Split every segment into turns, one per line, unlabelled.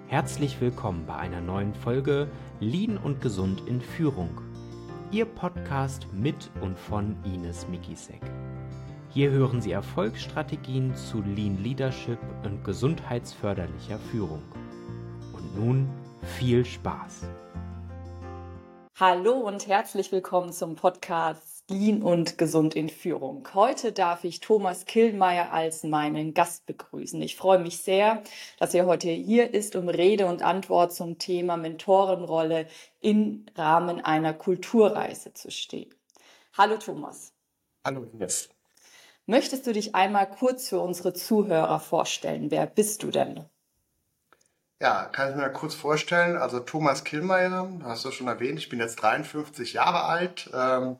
Herzlich willkommen bei einer neuen Folge Lean und Gesund in Führung. Ihr Podcast mit und von Ines Mikisek. Hier hören Sie Erfolgsstrategien zu Lean Leadership und gesundheitsförderlicher Führung. Und nun viel Spaß!
Hallo und herzlich willkommen zum Podcast Lean und Gesund in Führung. Heute darf ich Thomas Killmeier als meinen Gast begrüßen. Ich freue mich sehr, dass er heute hier ist, um Rede und Antwort zum Thema Mentorenrolle im Rahmen einer Kulturreise zu stehen. Hallo Thomas.
Hallo Ines.
Möchtest du dich einmal kurz für unsere Zuhörer vorstellen? Wer bist du denn?
Ja, kann ich mir kurz vorstellen. Also Thomas Killmeier, hast du schon erwähnt, ich bin jetzt 53 Jahre alt,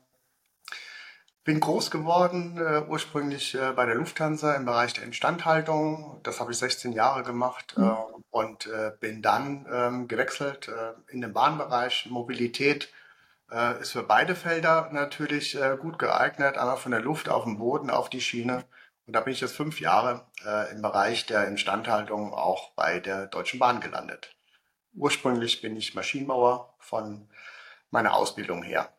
bin groß geworden, ursprünglich bei der Lufthansa im Bereich der Instandhaltung. Das habe ich 16 Jahre gemacht und bin dann gewechselt in den Bahnbereich. Mobilität ist für beide Felder natürlich gut geeignet, einmal von der Luft auf den Boden, auf die Schiene. Und da bin ich jetzt 5 Jahre im Bereich der Instandhaltung auch bei der Deutschen Bahn gelandet. Ursprünglich bin ich Maschinenbauer von meiner Ausbildung her.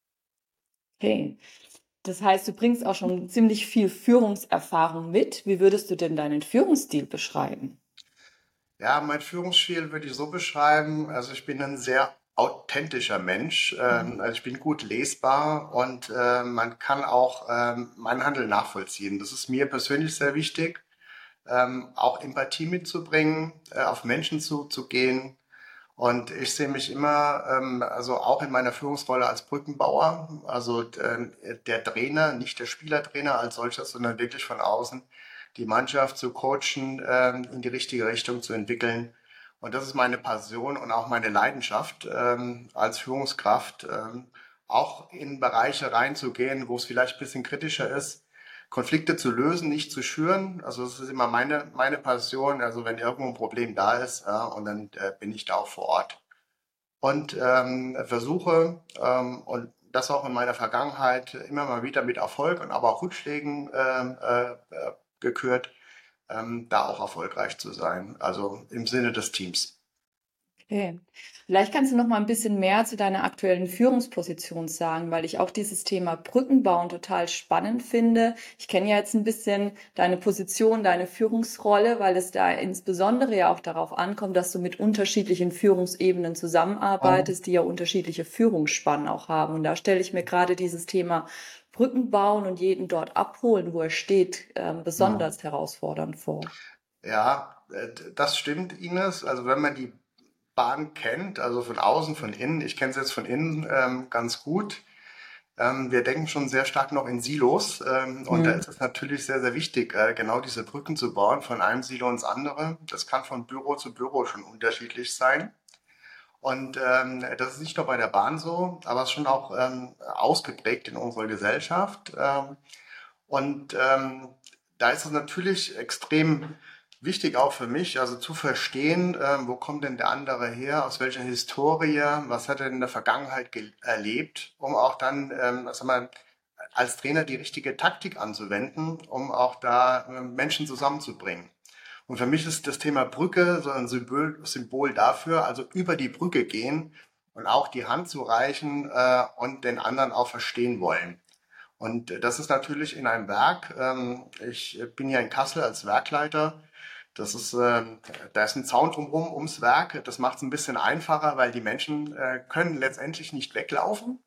Okay. Das heißt, du bringst auch schon ziemlich viel Führungserfahrung mit. Wie würdest du denn deinen Führungsstil beschreiben?
Ja, mein Führungsstil würde ich so beschreiben. Also ich bin ein sehr authentischer Mensch. Also ich bin gut lesbar und man kann auch mein Handeln nachvollziehen. Das ist mir persönlich sehr wichtig, auch Empathie mitzubringen, auf Menschen zuzugehen. Und ich sehe mich immer, also auch in meiner Führungsrolle als Brückenbauer, also der Trainer, nicht der Spielertrainer als solches, sondern wirklich von außen die Mannschaft zu coachen, in die richtige Richtung zu entwickeln. Und das ist meine Passion und auch meine Leidenschaft als Führungskraft, auch in Bereiche reinzugehen, wo es vielleicht ein bisschen kritischer ist, Konflikte zu lösen, nicht zu schüren. Also das ist immer meine Passion. Also wenn irgendwo ein Problem da ist, ja, und dann bin ich da auch vor Ort. Und versuche, und das auch in meiner Vergangenheit immer mal wieder mit Erfolg und aber auch Rückschlägen gekürt, da auch erfolgreich zu sein. Also im Sinne des Teams.
Okay. Vielleicht kannst du noch mal ein bisschen mehr zu deiner aktuellen Führungsposition sagen, weil ich auch dieses Thema Brückenbauen total spannend finde. Ich kenne ja jetzt ein bisschen deine Position, deine Führungsrolle, weil es da insbesondere ja auch darauf ankommt, dass du mit unterschiedlichen Führungsebenen zusammenarbeitest, die ja unterschiedliche Führungsspannen auch haben. Und da stelle ich mir gerade dieses Thema Brücken bauen und jeden dort abholen, wo er steht, besonders herausfordernd vor.
Ja, das stimmt, Ines. Also wenn man die Bahn kennt, also von außen, von innen, ich kenne es jetzt von innen ganz gut. Wir denken schon sehr stark noch in Silos und da ist es natürlich sehr, sehr wichtig, genau diese Brücken zu bauen von einem Silo ins andere. Das kann von Büro zu Büro schon unterschiedlich sein. Und das ist nicht nur bei der Bahn so, aber es ist schon auch ausgeprägt in unserer Gesellschaft. Und da ist es natürlich extrem wichtig auch für mich, also zu verstehen, wo kommt denn der andere her, aus welcher Historie, was hat er in der Vergangenheit erlebt, um auch dann, sag mal, als Trainer die richtige Taktik anzuwenden, um auch da Menschen zusammenzubringen. Und für mich ist das Thema Brücke so ein Symbol dafür, also über die Brücke gehen und auch die Hand zu reichen und den anderen auch verstehen wollen. Und das ist natürlich in einem Werk. Ich bin ja in Kassel als Werkleiter. Das ist, da ist ein Zaun drumherum ums Werk. Das macht es ein bisschen einfacher, weil die Menschen können letztendlich nicht weglaufen.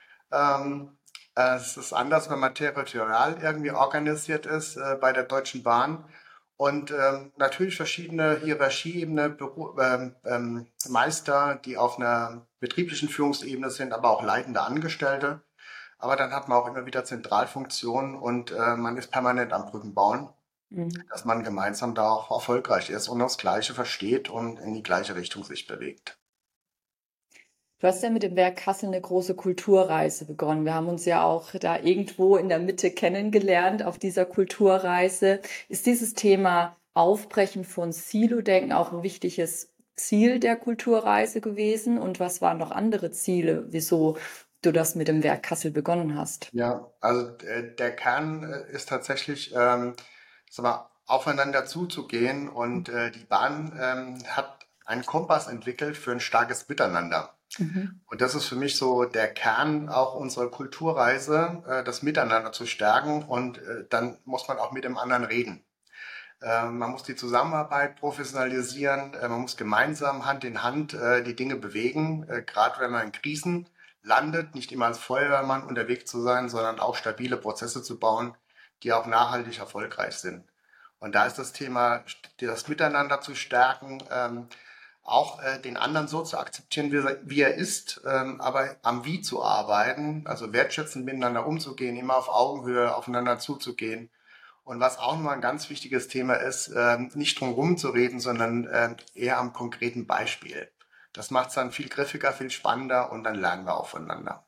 Es ist anders, wenn man territorial irgendwie organisiert ist bei der Deutschen Bahn. Und natürlich verschiedene Hierarchieebene, Meister, die auf einer betrieblichen Führungsebene sind, aber auch leitende Angestellte. Aber dann hat man auch immer wieder Zentralfunktionen und man ist permanent am Brücken bauen, dass man gemeinsam da auch erfolgreich ist und das Gleiche versteht und in die gleiche Richtung sich bewegt.
Du hast ja mit dem Werk Kassel eine große Kulturreise begonnen. Wir haben uns ja auch da irgendwo in der Mitte kennengelernt auf dieser Kulturreise. Ist dieses Thema Aufbrechen von Silo-Denken auch ein wichtiges Ziel der Kulturreise gewesen? Und was waren noch andere Ziele, wieso du das mit dem Werk Kassel begonnen hast?
Ja, also der Kern ist tatsächlich, sag mal, aufeinander zuzugehen und die Bahn hat einen Kompass entwickelt für ein starkes Miteinander.
Mhm.
Und das ist für mich so der Kern auch unserer Kulturreise, das Miteinander zu stärken. Und dann muss man auch mit dem anderen reden. Man muss die Zusammenarbeit professionalisieren. Man muss gemeinsam Hand in Hand die Dinge bewegen. Gerade wenn man in Krisen landet, nicht immer als Feuerwehrmann unterwegs zu sein, sondern auch stabile Prozesse zu bauen, die auch nachhaltig erfolgreich sind. Und da ist das Thema, das Miteinander zu stärken, auch den anderen so zu akzeptieren, wie er ist, aber am Wie zu arbeiten, also wertschätzend miteinander umzugehen, immer auf Augenhöhe aufeinander zuzugehen. Und was auch nochmal ein ganz wichtiges Thema ist, nicht drum herum zu reden, sondern eher am konkreten Beispiel. Das macht es dann viel griffiger, viel spannender und dann lernen wir auch voneinander.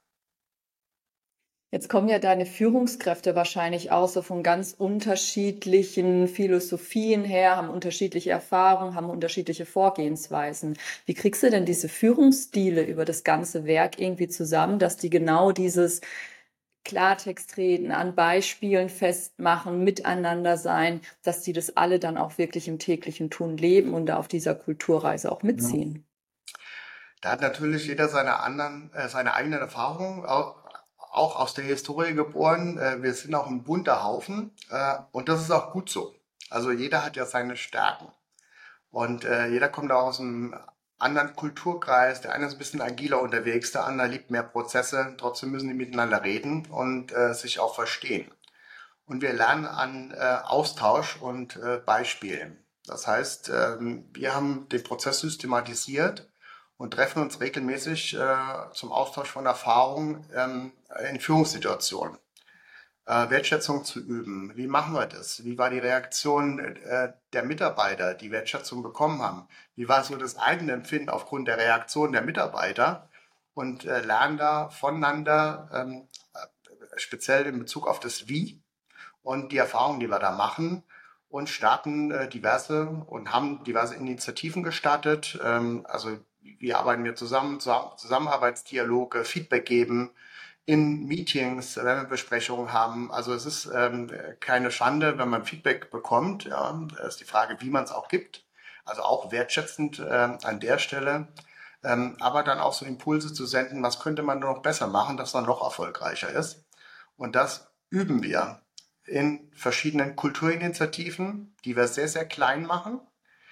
Jetzt kommen ja deine Führungskräfte wahrscheinlich auch so von ganz unterschiedlichen Philosophien her, haben unterschiedliche Erfahrungen, haben unterschiedliche Vorgehensweisen. Wie kriegst du denn diese Führungsstile über das ganze Werk irgendwie zusammen, dass die genau dieses Klartext reden, an Beispielen festmachen, miteinander sein, dass die das alle dann auch wirklich im täglichen Tun leben und da auf dieser Kulturreise auch mitziehen?
Da hat natürlich jeder seine eigenen Erfahrungen, auch aus der Historie geboren. Wir sind auch ein bunter Haufen und das ist auch gut so. Also jeder hat ja seine Stärken und jeder kommt auch aus einem anderen Kulturkreis. Der eine ist ein bisschen agiler unterwegs, der andere liebt mehr Prozesse. Trotzdem müssen die miteinander reden und sich auch verstehen. Und wir lernen an Austausch und Beispielen. Das heißt, wir haben den Prozess systematisiert und treffen uns regelmäßig zum Austausch von Erfahrungen in Führungssituationen. Wertschätzung zu üben. Wie machen wir das? Wie war die Reaktion der Mitarbeiter, die Wertschätzung bekommen haben? Wie war so das eigene Empfinden aufgrund der Reaktion der Mitarbeiter? Und lernen da voneinander, speziell in Bezug auf das Wie und die Erfahrungen, die wir da machen und starten und haben diverse Initiativen gestartet. Also wie arbeiten wir zusammen, Zusammenarbeitsdialoge, Feedback geben in Meetings, wenn wir Besprechungen haben. Also es ist keine Schande, wenn man Feedback bekommt. Ja, da ist die Frage, wie man es auch gibt. Also auch wertschätzend an der Stelle. Aber dann auch so Impulse zu senden, was könnte man noch besser machen, dass man noch erfolgreicher ist. Und das üben wir in verschiedenen Kulturinitiativen, die wir sehr, sehr klein machen,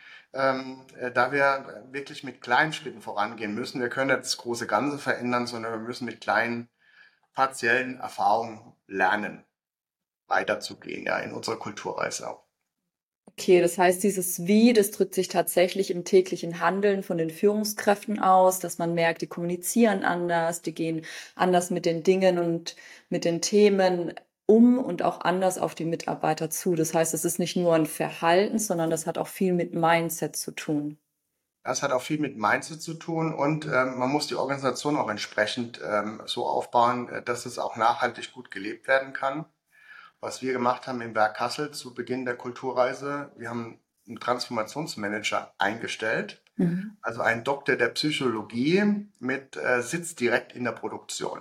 da wir wirklich mit kleinen Schritten vorangehen müssen. Wir können nicht das große Ganze verändern, sondern wir müssen mit kleinen, partiellen Erfahrungen lernen, weiterzugehen, ja, in unserer Kulturreise auch.
Okay, das heißt, dieses Wie, das drückt sich tatsächlich im täglichen Handeln von den Führungskräften aus, dass man merkt, die kommunizieren anders, die gehen anders mit den Dingen und mit den Themen um und auch anders auf die Mitarbeiter zu. Das heißt, es ist nicht nur ein Verhalten, sondern das hat auch viel mit Mindset zu tun.
Das hat auch viel mit Mindset zu tun und man muss die Organisation auch entsprechend so aufbauen, dass es auch nachhaltig gut gelebt werden kann. Was wir gemacht haben im Werk Kassel zu Beginn der Kulturreise, wir haben einen Transformationsmanager eingestellt,
Mhm.
also einen Doktor der Psychologie mit Sitz direkt in der Produktion.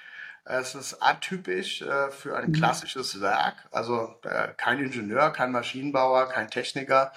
Es ist atypisch für ein klassisches Werk, also kein Ingenieur, kein Maschinenbauer, kein Techniker.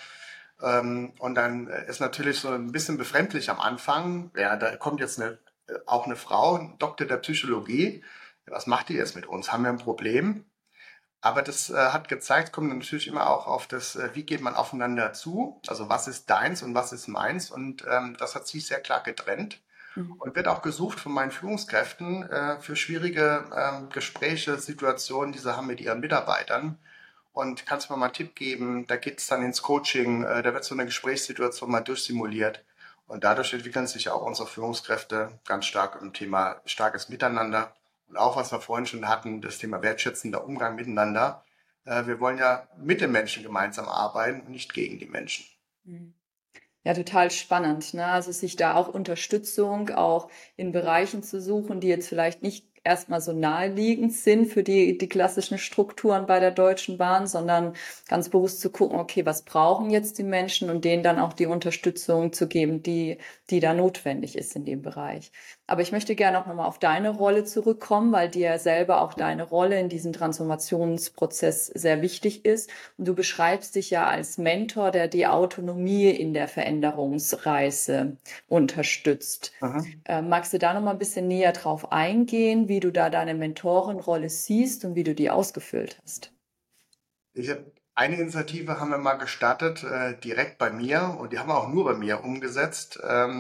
Und dann ist natürlich so ein bisschen befremdlich am Anfang, ja, da kommt jetzt auch eine Frau, ein Doktor der Psychologie. Was macht die jetzt mit uns? Haben wir ein Problem? Aber das hat gezeigt, kommt natürlich immer auch auf das, wie geht man aufeinander zu, also was ist deins und was ist meins. Und das hat sich sehr klar getrennt
Mhm.
und wird auch gesucht von meinen Führungskräften für schwierige Gespräche, Situationen, die sie haben mit ihren Mitarbeitern. Und kannst du mir mal einen Tipp geben? Da geht es dann ins Coaching, da wird so eine Gesprächssituation mal durchsimuliert. Und dadurch entwickeln sich auch unsere Führungskräfte ganz stark im Thema starkes Miteinander. Und auch, was wir vorhin schon hatten, das Thema wertschätzender Umgang miteinander. Wir wollen ja mit den Menschen gemeinsam arbeiten und nicht gegen die Menschen.
Mhm. Ja, total spannend, ne? Also sich da auch Unterstützung auch in Bereichen zu suchen, die jetzt vielleicht nicht erstmal so naheliegend sind für die klassischen Strukturen bei der Deutschen Bahn, sondern ganz bewusst zu gucken, okay, was brauchen jetzt die Menschen und denen dann auch die Unterstützung zu geben, die da notwendig ist in dem Bereich. Aber ich möchte gerne auch nochmal auf deine Rolle zurückkommen, weil dir ja selber auch deine Rolle in diesem Transformationsprozess sehr wichtig ist. Und du beschreibst dich ja als Mentor, der die Autonomie in der Veränderungsreise unterstützt. Magst du da nochmal ein bisschen näher drauf eingehen, wie du da deine Mentorenrolle siehst und wie du die ausgefüllt hast?
Eine Initiative haben wir mal gestartet, direkt bei mir, und die haben wir auch nur bei mir umgesetzt.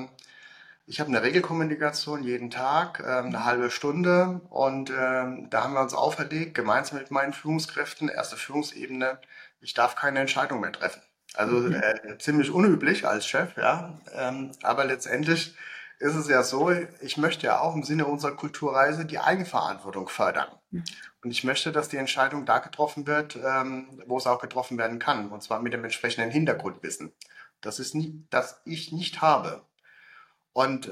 Ich habe eine Regelkommunikation jeden Tag, eine halbe Stunde, und da haben wir uns auferlegt, gemeinsam mit meinen Führungskräften, erste Führungsebene, ich darf keine Entscheidung mehr treffen. Also ziemlich unüblich als Chef, ja. Aber letztendlich ist es ja so, ich möchte ja auch im Sinne unserer Kulturreise die Eigenverantwortung fördern. Und ich möchte, dass die Entscheidung da getroffen wird, wo es auch getroffen werden kann. Und zwar mit dem entsprechenden Hintergrundwissen. Das ich nicht habe. Und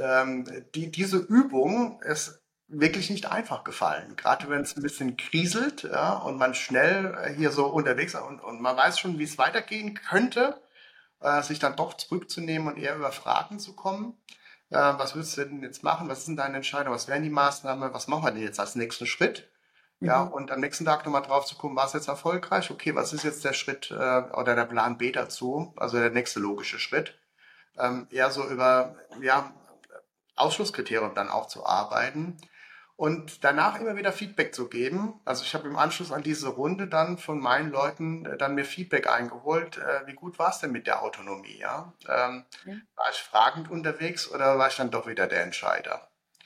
diese Übung ist wirklich nicht einfach gefallen. Gerade wenn es ein bisschen kriselt, ja, und man schnell hier so unterwegs ist und man weiß schon, wie es weitergehen könnte, sich dann doch zurückzunehmen und eher über Fragen zu kommen. Was willst du denn jetzt machen? Was ist denn deine Entscheidung? Was wären die Maßnahmen? Was machen wir denn jetzt als nächsten Schritt? Ja, und am nächsten Tag nochmal drauf zu gucken, war es jetzt erfolgreich? Okay, was ist jetzt der Schritt oder der Plan B dazu? Also der nächste logische Schritt. Eher so über ja, Ausschlusskriterien dann auch zu arbeiten und danach immer wieder Feedback zu geben. Also ich habe im Anschluss an diese Runde dann von meinen Leuten dann mir Feedback eingeholt. Wie gut war es denn mit der Autonomie? Ja? War ich fragend unterwegs oder war ich dann doch wieder der Entscheider?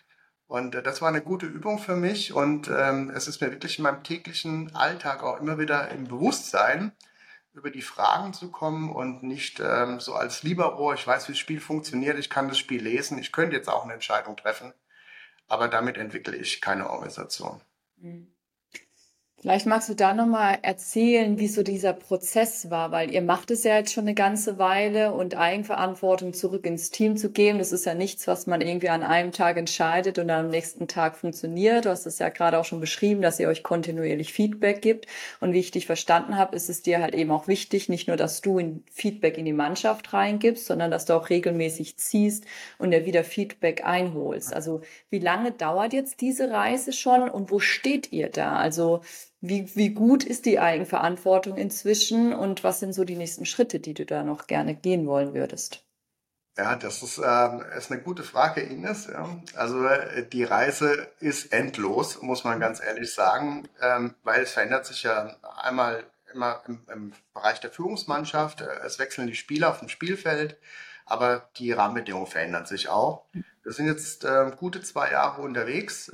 Und das war eine gute Übung für mich, und es ist mir wirklich in meinem täglichen Alltag auch immer wieder im Bewusstsein, über die Fragen zu kommen und nicht so als Libero, ich weiß, wie das Spiel funktioniert, ich kann das Spiel lesen, ich könnte jetzt auch eine Entscheidung treffen, aber damit entwickle ich keine Organisation.
Mhm. Vielleicht magst du da nochmal erzählen, wie so dieser Prozess war, weil ihr macht es ja jetzt schon eine ganze Weile, und Eigenverantwortung zurück ins Team zu geben, das ist ja nichts, was man irgendwie an einem Tag entscheidet und dann am nächsten Tag funktioniert. Du hast es ja gerade auch schon beschrieben, dass ihr euch kontinuierlich Feedback gibt. Und wie ich dich verstanden habe, ist es dir halt eben auch wichtig, nicht nur, dass du Feedback in die Mannschaft reingibst, sondern dass du auch regelmäßig ziehst und dir wieder Feedback einholst. Also wie lange dauert jetzt diese Reise schon und wo steht ihr da? Also wie gut ist die Eigenverantwortung inzwischen und was sind so die nächsten Schritte, die du da noch gerne gehen wollen würdest?
Ja, das ist eine gute Frage, Ines. Ja. Also die Reise ist endlos, muss man ganz ehrlich sagen, weil es verändert sich ja einmal immer im Bereich der Führungsmannschaft. Es wechseln die Spieler auf dem Spielfeld, aber die Rahmenbedingungen verändern sich auch. Wir sind jetzt gute 2 Jahre unterwegs.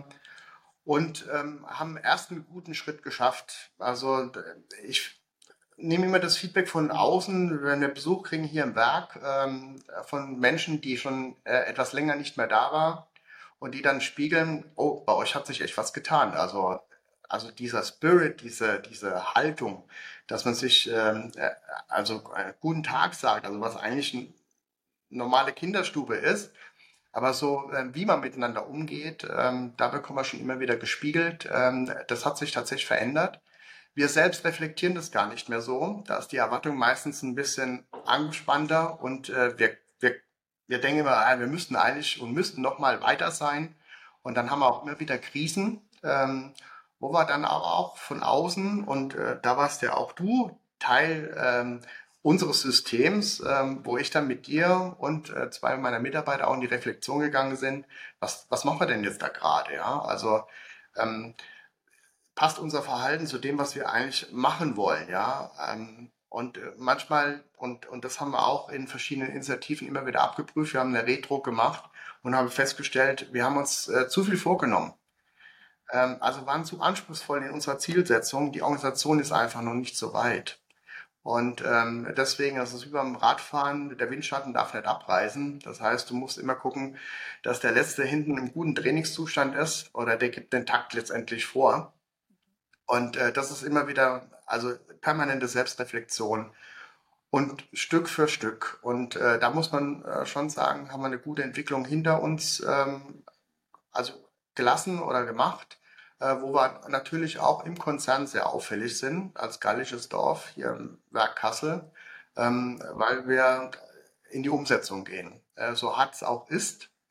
Und haben erst einen guten Schritt geschafft. Also ich nehme immer das Feedback von außen, wenn wir Besuch kriegen hier im Werk, von Menschen, die schon etwas länger nicht mehr da waren, und die dann spiegeln, oh, bei euch hat sich echt was getan. Also dieser Spirit, diese Haltung, dass man sich also guten Tag sagt, also was eigentlich eine normale Kinderstube ist, aber so, wie man miteinander umgeht, da bekommen wir schon immer wieder gespiegelt. Das hat sich tatsächlich verändert. Wir selbst reflektieren das gar nicht mehr so. Da ist die Erwartung meistens ein bisschen angespannter, und wir denken immer, wir müssten eigentlich und müssten noch mal weiter sein. Und dann haben wir auch immer wieder Krisen, wo wir dann aber auch von außen, und da warst ja auch du Teil unseres Systems, wo ich dann mit dir und 2 meiner Mitarbeiter auch in die Reflexion gegangen sind. Was machen wir denn jetzt da gerade? Ja, also ähm, passt unser Verhalten zu dem, was wir eigentlich machen wollen, ja. Und manchmal, und das haben wir auch in verschiedenen Initiativen immer wieder abgeprüft, wir haben eine Retro gemacht und haben festgestellt, wir haben uns zu viel vorgenommen. Also waren zu anspruchsvoll in unserer Zielsetzung. Die Organisation ist einfach noch nicht so weit. Und deswegen, das ist wie beim Radfahren, der Windschatten darf nicht abreißen. Das heißt, du musst immer gucken, dass der Letzte hinten im guten Trainingszustand ist, oder der gibt den Takt letztendlich vor. Und das ist immer wieder, also permanente Selbstreflexion und Stück für Stück. Und da muss man schon sagen, haben wir eine gute Entwicklung hinter uns, also gelassen oder gemacht, wo wir natürlich auch im Konzern sehr auffällig sind, als gallisches Dorf hier im Werk Kassel, weil wir in die Umsetzung gehen. So hart es auch ist.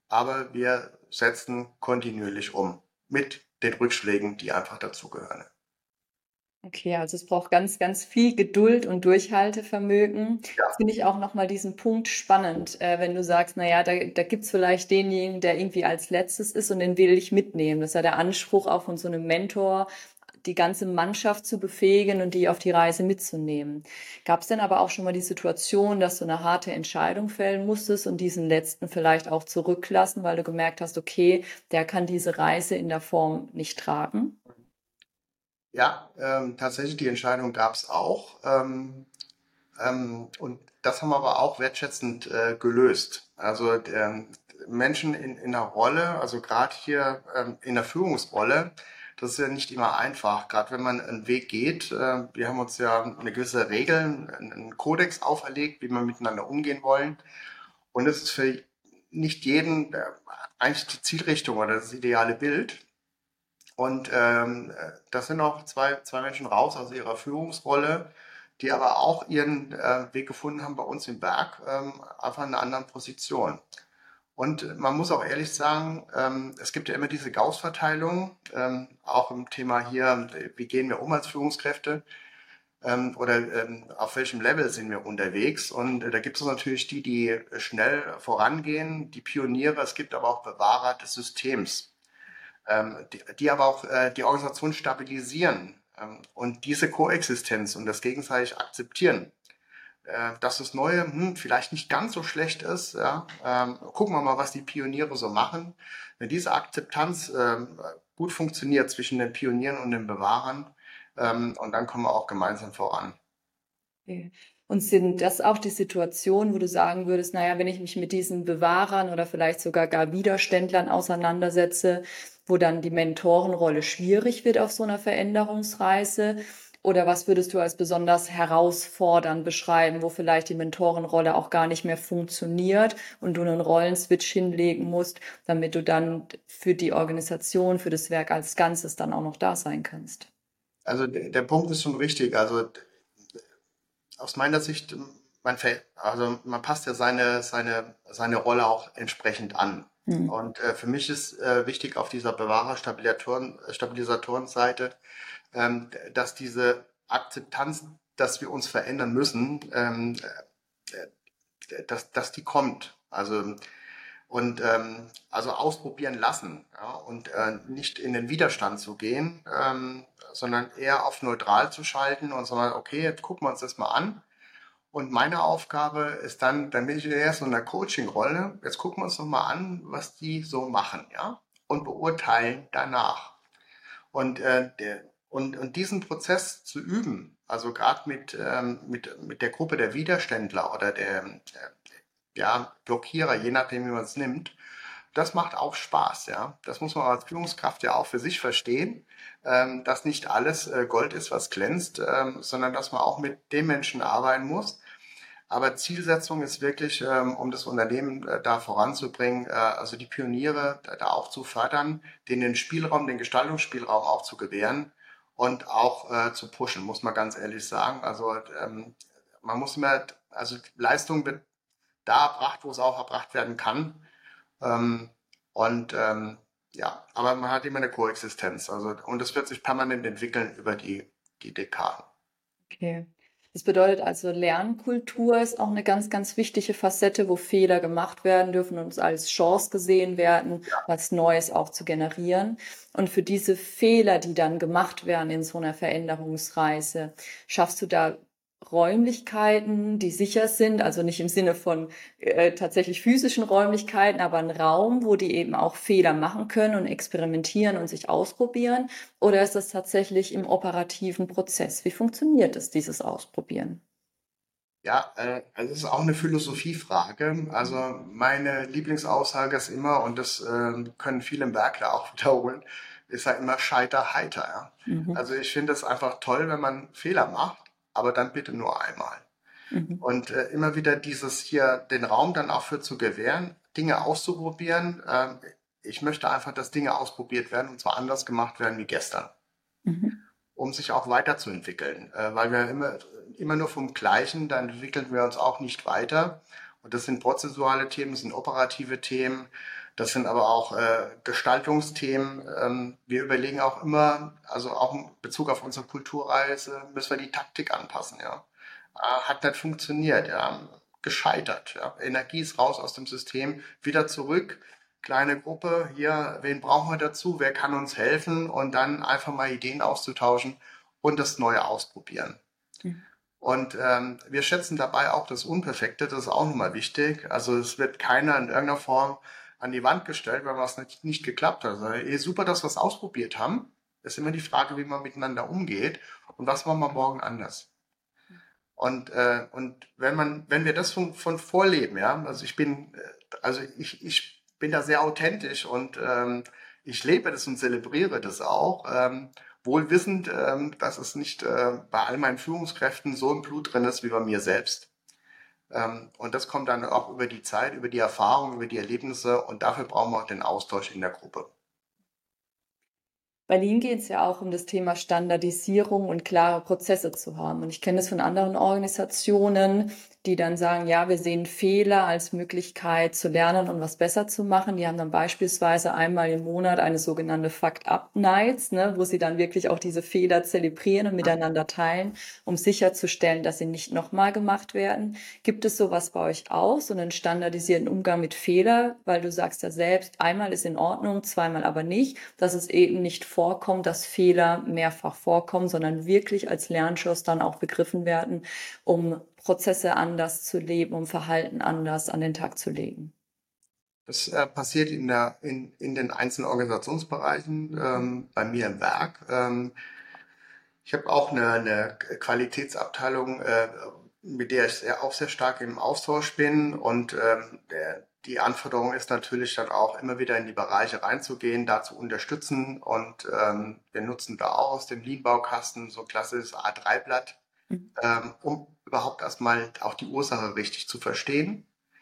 aber wir setzen kontinuierlich um mit den Rückschlägen, die einfach dazugehören.
Okay, also es braucht ganz, ganz viel Geduld und Durchhaltevermögen.
Ja,
Jetzt finde ich auch nochmal diesen Punkt spannend, wenn du sagst, naja, da gibt's vielleicht denjenigen, der irgendwie als Letztes ist und den will ich mitnehmen. Das ist ja der Anspruch auch von so einem Mentor, die ganze Mannschaft zu befähigen und die auf die Reise mitzunehmen. Gab es denn aber auch schon mal die Situation, dass du eine harte Entscheidung fällen musstest und diesen Letzten vielleicht auch zurücklassen, weil du gemerkt hast, okay, der kann diese Reise in der Form nicht tragen?
ja, tatsächlich die Entscheidung gab es auch. Und das haben wir aber auch wertschätzend gelöst. Also Menschen in einer Rolle, also gerade hier in der Führungsrolle, das ist ja nicht immer einfach, gerade wenn man einen Weg geht. Wir haben uns ja eine gewisse Regeln, einen Kodex auferlegt, wie wir miteinander umgehen wollen. Und es ist für nicht jeden eigentlich die Zielrichtung oder das ideale Bild. Und das sind auch zwei Menschen raus aus ihrer Führungsrolle, die aber auch ihren Weg gefunden haben bei uns im Werk, einfach in einer anderen Position. Und man muss auch ehrlich sagen, es gibt ja immer diese Gaußverteilung, auch im Thema hier, wie gehen wir um als Führungskräfte oder auf welchem Level sind wir unterwegs. Und da gibt es natürlich die, die schnell vorangehen, die Pioniere, es gibt aber auch Bewahrer des Systems, die aber auch die Organisation stabilisieren und diese Koexistenz und das gegenseitig akzeptieren, dass das Neue vielleicht nicht ganz so schlecht ist. Ja? Gucken wir mal, was die Pioniere so machen. Wenn diese Akzeptanz gut funktioniert zwischen den Pionieren und den Bewahrern, und dann kommen wir auch gemeinsam voran.
Okay. Und sind das auch die Situationen, wo du sagen würdest, naja, wenn ich mich mit diesen Bewahrern oder vielleicht sogar gar Widerständlern auseinandersetze, wo dann die Mentorenrolle schwierig wird auf so einer Veränderungsreise? Oder was würdest du als besonders herausfordernd beschreiben, wo vielleicht die Mentorenrolle auch gar nicht mehr funktioniert und du einen Rollenswitch hinlegen musst, damit du dann für die Organisation, für das Werk als Ganzes dann auch noch da sein kannst?
Also der Punkt ist schon richtig. Also aus meiner Sicht, also man passt ja seine Rolle auch entsprechend an.
Hm.
Und für mich ist wichtig auf dieser Stabilisatorenseite, dass diese Akzeptanz, dass wir uns verändern müssen, dass die kommt. Also ausprobieren lassen, ja, und nicht in den Widerstand zu gehen, sondern eher auf neutral zu schalten und sagen, okay, jetzt gucken wir uns das mal an. Und meine Aufgabe ist dann bin ich erst in der Coaching-Rolle. Jetzt gucken wir uns noch mal an, was die so machen, ja, und beurteilen danach. Und diesen Prozess zu üben, also gerade mit der Gruppe der Widerständler oder der ja, Blockierer, je nachdem, wie man es nimmt, das macht auch Spaß, ja. Das muss man als Führungskraft ja auch für sich verstehen, dass nicht alles Gold ist, was glänzt, sondern dass man auch mit den Menschen arbeiten muss. Aber Zielsetzung ist wirklich, um das Unternehmen da voranzubringen, also die Pioniere da auch zu fördern, denen den Spielraum, den Gestaltungsspielraum auch zu gewähren und auch zu pushen, muss man ganz ehrlich sagen. Also man muss immer, also Leistung wird da erbracht, wo es auch erbracht werden kann. Ähm, und ja, aber man hat immer eine Koexistenz. Also, und das wird sich permanent entwickeln über die Dekaden.
Okay. Das bedeutet also, Lernkultur ist auch eine ganz, ganz wichtige Facette, wo Fehler gemacht werden dürfen und als Chance gesehen werden, was Neues auch zu generieren. Und für diese Fehler, die dann gemacht werden in so einer Veränderungsreise, schaffst du da Räumlichkeiten, die sicher sind, also nicht im Sinne von tatsächlich physischen Räumlichkeiten, aber ein Raum, wo die eben auch Fehler machen können und experimentieren und sich ausprobieren? Oder ist das tatsächlich im operativen Prozess? Wie funktioniert es, dieses Ausprobieren?
Ja, also es ist auch eine Philosophiefrage. Also meine Lieblingsaussage ist immer, und das können viele im Werkler auch wiederholen, ist ja immer Scheiter heiter. Ja?
Mhm.
Also ich finde es einfach toll, wenn man Fehler macht, aber dann bitte nur einmal.
Mhm.
Und immer wieder dieses hier, den Raum dann auch für zu gewähren, Dinge auszuprobieren. Ich möchte einfach, dass Dinge ausprobiert werden und zwar anders gemacht werden wie gestern,
Mhm.
um sich auch weiterzuentwickeln. Weil wir immer nur vom Gleichen, dann entwickeln wir uns auch nicht weiter. Und das sind prozessuale Themen, das sind operative Themen. Das sind aber auch Gestaltungsthemen. Wir überlegen auch immer, also auch in Bezug auf unsere Kulturreise, müssen wir die Taktik anpassen, ja. Hat nicht funktioniert, ja. Gescheitert, ja. Energie ist raus aus dem System, wieder zurück. Kleine Gruppe, hier, wen brauchen wir dazu? Wer kann uns helfen? Und dann einfach mal Ideen auszutauschen und das Neue ausprobieren.
Mhm.
Und wir schätzen dabei auch das Unperfekte, das ist auch nochmal wichtig. Also es wird keiner in irgendeiner Form an die Wand gestellt, weil was nicht geklappt hat. Also, super, dass wir es ausprobiert haben. Es ist immer die Frage, wie man miteinander umgeht und was machen wir morgen anders. Und wenn wir das von vorleben, ja, ich bin da sehr authentisch und ich lebe das und zelebriere das auch, wohl wissend, dass es nicht bei all meinen Führungskräften so im Blut drin ist wie bei mir selbst. Und das kommt dann auch über die Zeit, über die Erfahrung, über die Erlebnisse und dafür brauchen wir auch den Austausch in der Gruppe.
Bei Lean geht es ja auch um das Thema Standardisierung und klare Prozesse zu haben. Und ich kenne das von anderen Organisationen, die dann sagen, ja, wir sehen Fehler als Möglichkeit zu lernen und was besser zu machen. Die haben dann beispielsweise einmal im Monat eine sogenannte Fucked-Up-Nights, ne, wo sie dann wirklich auch diese Fehler zelebrieren und miteinander teilen, um sicherzustellen, dass sie nicht nochmal gemacht werden. Gibt es sowas bei euch auch, so einen standardisierten Umgang mit Fehler? Weil du sagst ja selbst, einmal ist in Ordnung, zweimal aber nicht, dass es eben nicht vorkommt, dass Fehler mehrfach vorkommen, sondern wirklich als Lernchance dann auch begriffen werden, um Prozesse anders zu leben, um Verhalten anders an den Tag zu legen.
Das passiert in den einzelnen Organisationsbereichen, bei mir im Werk. Ich habe auch eine Qualitätsabteilung, mit der ich auch sehr stark im Austausch bin und die Anforderung ist natürlich dann auch immer wieder in die Bereiche reinzugehen, da zu unterstützen und wir nutzen da auch aus dem Lean-Baukasten so ein klassisches A3-Blatt, um überhaupt erstmal auch die Ursache richtig zu verstehen.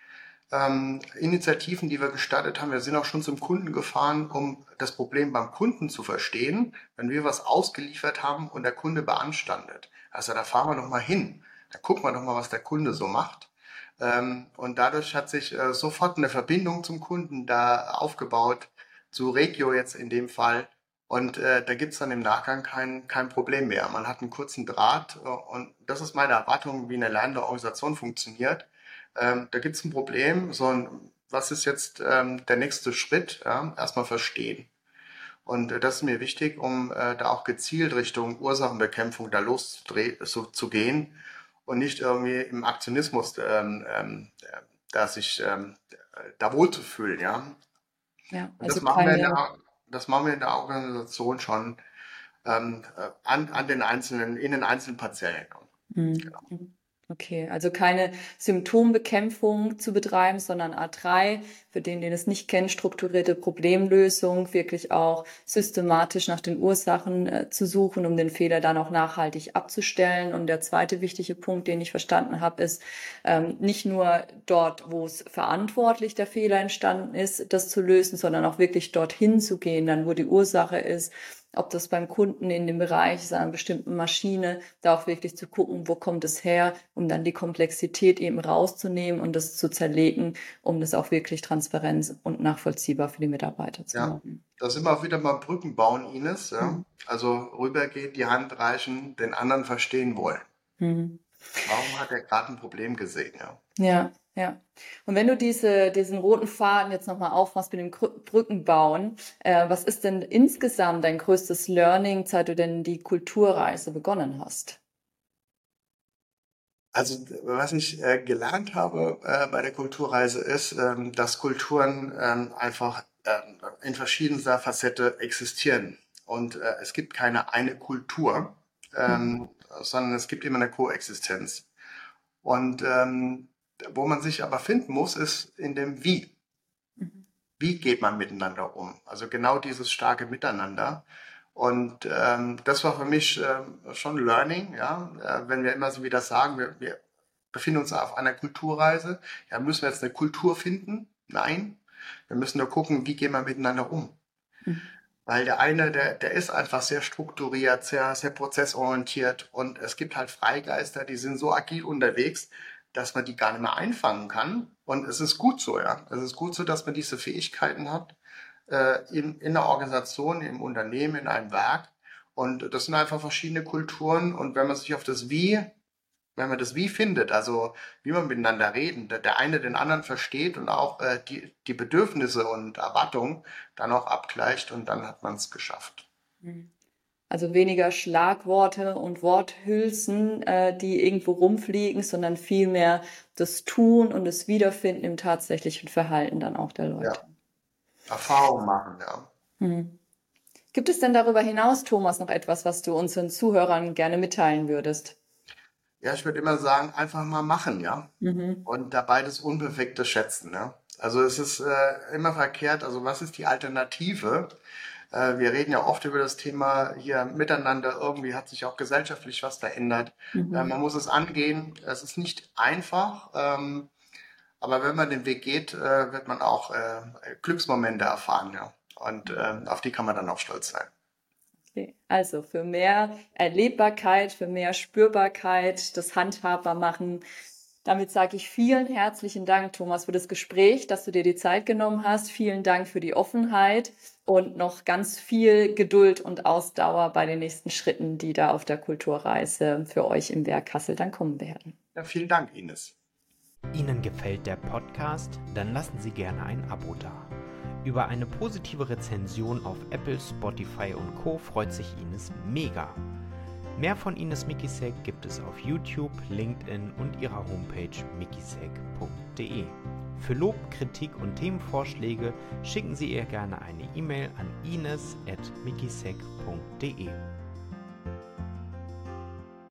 Initiativen, die wir gestartet haben, wir sind auch schon zum Kunden gefahren, um das Problem beim Kunden zu verstehen, wenn wir was ausgeliefert haben und der Kunde beanstandet. Also da fahren wir noch mal hin, da gucken wir noch mal, was der Kunde so macht. Und dadurch hat sich sofort eine Verbindung zum Kunden da aufgebaut, zu Regio jetzt in dem Fall. Und da gibt's dann im Nachgang kein Problem mehr. Man hat einen kurzen Draht und das ist meine Erwartung, wie eine lernende Organisation funktioniert. Da gibt's ein Problem, was ist jetzt der nächste Schritt? Ja? Erstmal verstehen. Und das ist mir wichtig, um da auch gezielt Richtung Ursachenbekämpfung da zu gehen und nicht irgendwie im Aktionismus da wohlzufühlen. Ja?
Ja,
Und
also keine.
das machen wir in der Organisation schon in den einzelnen Parzellen.
Mhm. Okay, also keine Symptombekämpfung zu betreiben, sondern A3, für den es nicht kennt, strukturierte Problemlösung, wirklich auch systematisch nach den Ursachen zu suchen, um den Fehler dann auch nachhaltig abzustellen. Und der zweite wichtige Punkt, den ich verstanden habe, ist nicht nur dort, wo es verantwortlich der Fehler entstanden ist, das zu lösen, sondern auch wirklich dorthin zu gehen, dann wo die Ursache ist, ob das beim Kunden in dem Bereich ist, einer bestimmten Maschine, da auch wirklich zu gucken, wo kommt es her, um dann die Komplexität eben rauszunehmen und das zu zerlegen, um das auch wirklich transparent und nachvollziehbar für die Mitarbeiter zu
Ja,
machen.
da sind wir auch wieder mal Brücken bauen, Ines. Ja?
Mhm.
Also rübergehen, die Hand reichen, den anderen verstehen wollen.
Mhm.
Warum hat er gerade ein Problem gesehen? Ja?
Ja, ja. Und wenn du diesen roten Faden jetzt nochmal aufmachst mit dem Brückenbauen, was ist denn insgesamt dein größtes Learning, seit du denn die Kulturreise begonnen hast?
Also was ich gelernt habe bei der Kulturreise ist, dass Kulturen einfach in verschiedenster Facette existieren. Und es gibt keine eine Kultur,
Mhm.
sondern es gibt immer eine Koexistenz. Und wo man sich aber finden muss, ist in dem Wie.
Mhm.
Wie geht man miteinander um? Also genau dieses starke Miteinander. Und das war für mich schon Learning, ja. Wenn wir immer so wieder sagen, wir befinden uns auf einer Kulturreise, ja, müssen wir jetzt eine Kultur finden? Nein. Wir müssen nur gucken, wie gehen wir miteinander um.
Mhm.
Weil der eine, der ist einfach sehr strukturiert, sehr prozessorientiert und es gibt halt Freigeister, die sind so agil unterwegs, dass man die gar nicht mehr einfangen kann. Und es ist gut so, ja. Es ist gut so, dass man diese Fähigkeiten hat, in der Organisation, im Unternehmen, in einem Werk. Und das sind einfach verschiedene Kulturen. Und wenn man sich auf das Wie, wenn man das Wie findet, also wie man miteinander reden, der eine den anderen versteht und auch die Bedürfnisse und Erwartungen dann auch abgleicht und dann hat man es geschafft.
Also weniger Schlagworte und Worthülsen, die irgendwo rumfliegen, sondern vielmehr das Tun und das Wiederfinden im tatsächlichen Verhalten dann auch der Leute.
Ja. Erfahrung machen, ja.
Gibt es denn darüber hinaus, Thomas, noch etwas, was du unseren Zuhörern gerne mitteilen würdest?
Ja, ich würde immer sagen, einfach mal machen, ja. Und dabei das Unperfekte schätzen, ja. Also es ist immer verkehrt, also was ist die Alternative? Wir reden ja oft über das Thema hier miteinander, irgendwie hat sich auch gesellschaftlich was verändert. Man muss es angehen, es ist nicht einfach, aber wenn man den Weg geht, wird man auch Glücksmomente erfahren, ja. Und auf die kann man dann auch stolz sein.
Okay. Also für mehr Erlebbarkeit, für mehr Spürbarkeit, das handhabbar machen. Damit sage ich vielen herzlichen Dank, Thomas, für das Gespräch, dass du dir die Zeit genommen hast. Vielen Dank für die Offenheit und noch ganz viel Geduld und Ausdauer bei den nächsten Schritten, die da auf der Kulturreise für euch im Werk Kassel dann kommen werden.
Ja, vielen Dank, Ines.
Ihnen gefällt der Podcast? Dann lassen Sie gerne ein Abo da. Über eine positive Rezension auf Apple, Spotify und Co. freut sich Ines mega. Mehr von Ines Mikisek gibt es auf YouTube, LinkedIn und ihrer Homepage mikisek.de. Für Lob, Kritik und Themenvorschläge schicken Sie ihr gerne eine E-Mail an ines@mikisek.de.